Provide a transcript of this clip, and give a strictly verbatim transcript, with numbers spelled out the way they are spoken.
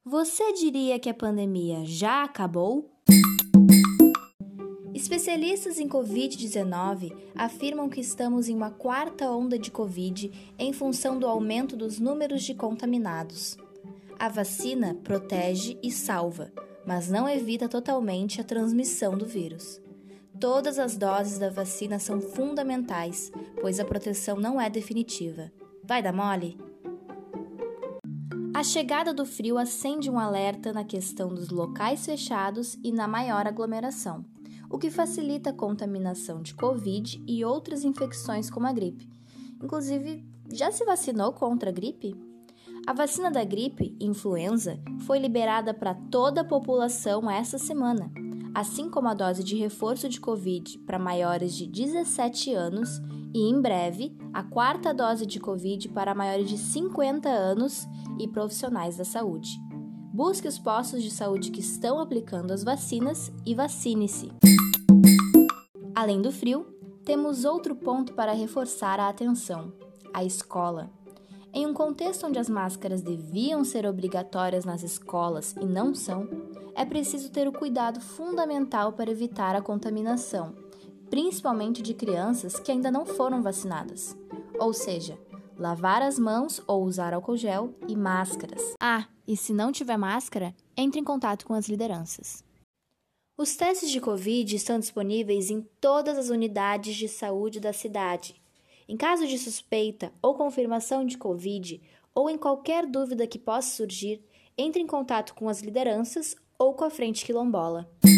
Você diria que a pandemia já acabou? Especialistas em covid dezenove afirmam que estamos em uma quarta onda de Covid em função do aumento dos números de contaminados. A vacina protege e salva, mas não evita totalmente a transmissão do vírus. Todas as doses da vacina são fundamentais, pois a proteção não é definitiva. Vai dar mole? A chegada do frio acende um alerta na questão dos locais fechados e na maior aglomeração, o que facilita a contaminação de Covid e outras infecções como a gripe. Inclusive, já se vacinou contra a gripe? A vacina da gripe, influenza, foi liberada para toda a população esta semana, assim como a dose de reforço de Covid para maiores de dezessete anos e, em breve, a quarta dose de Covid para maiores de cinquenta anos e profissionais da saúde. Busque os postos de saúde que estão aplicando as vacinas e vacine-se. Além do frio, temos outro ponto para reforçar a atenção: a escola. Em um contexto onde as máscaras deviam ser obrigatórias nas escolas e não são, é preciso ter o cuidado fundamental para evitar a contaminação, principalmente de crianças que ainda não foram vacinadas. Ou seja, lavar as mãos ou usar álcool gel e máscaras. Ah, e se não tiver máscara, entre em contato com as lideranças. Os testes de Covid estão disponíveis em todas as unidades de saúde da cidade. Em caso de suspeita ou confirmação de Covid, ou em qualquer dúvida que possa surgir, entre em contato com as lideranças ou com a Frente Quilombola.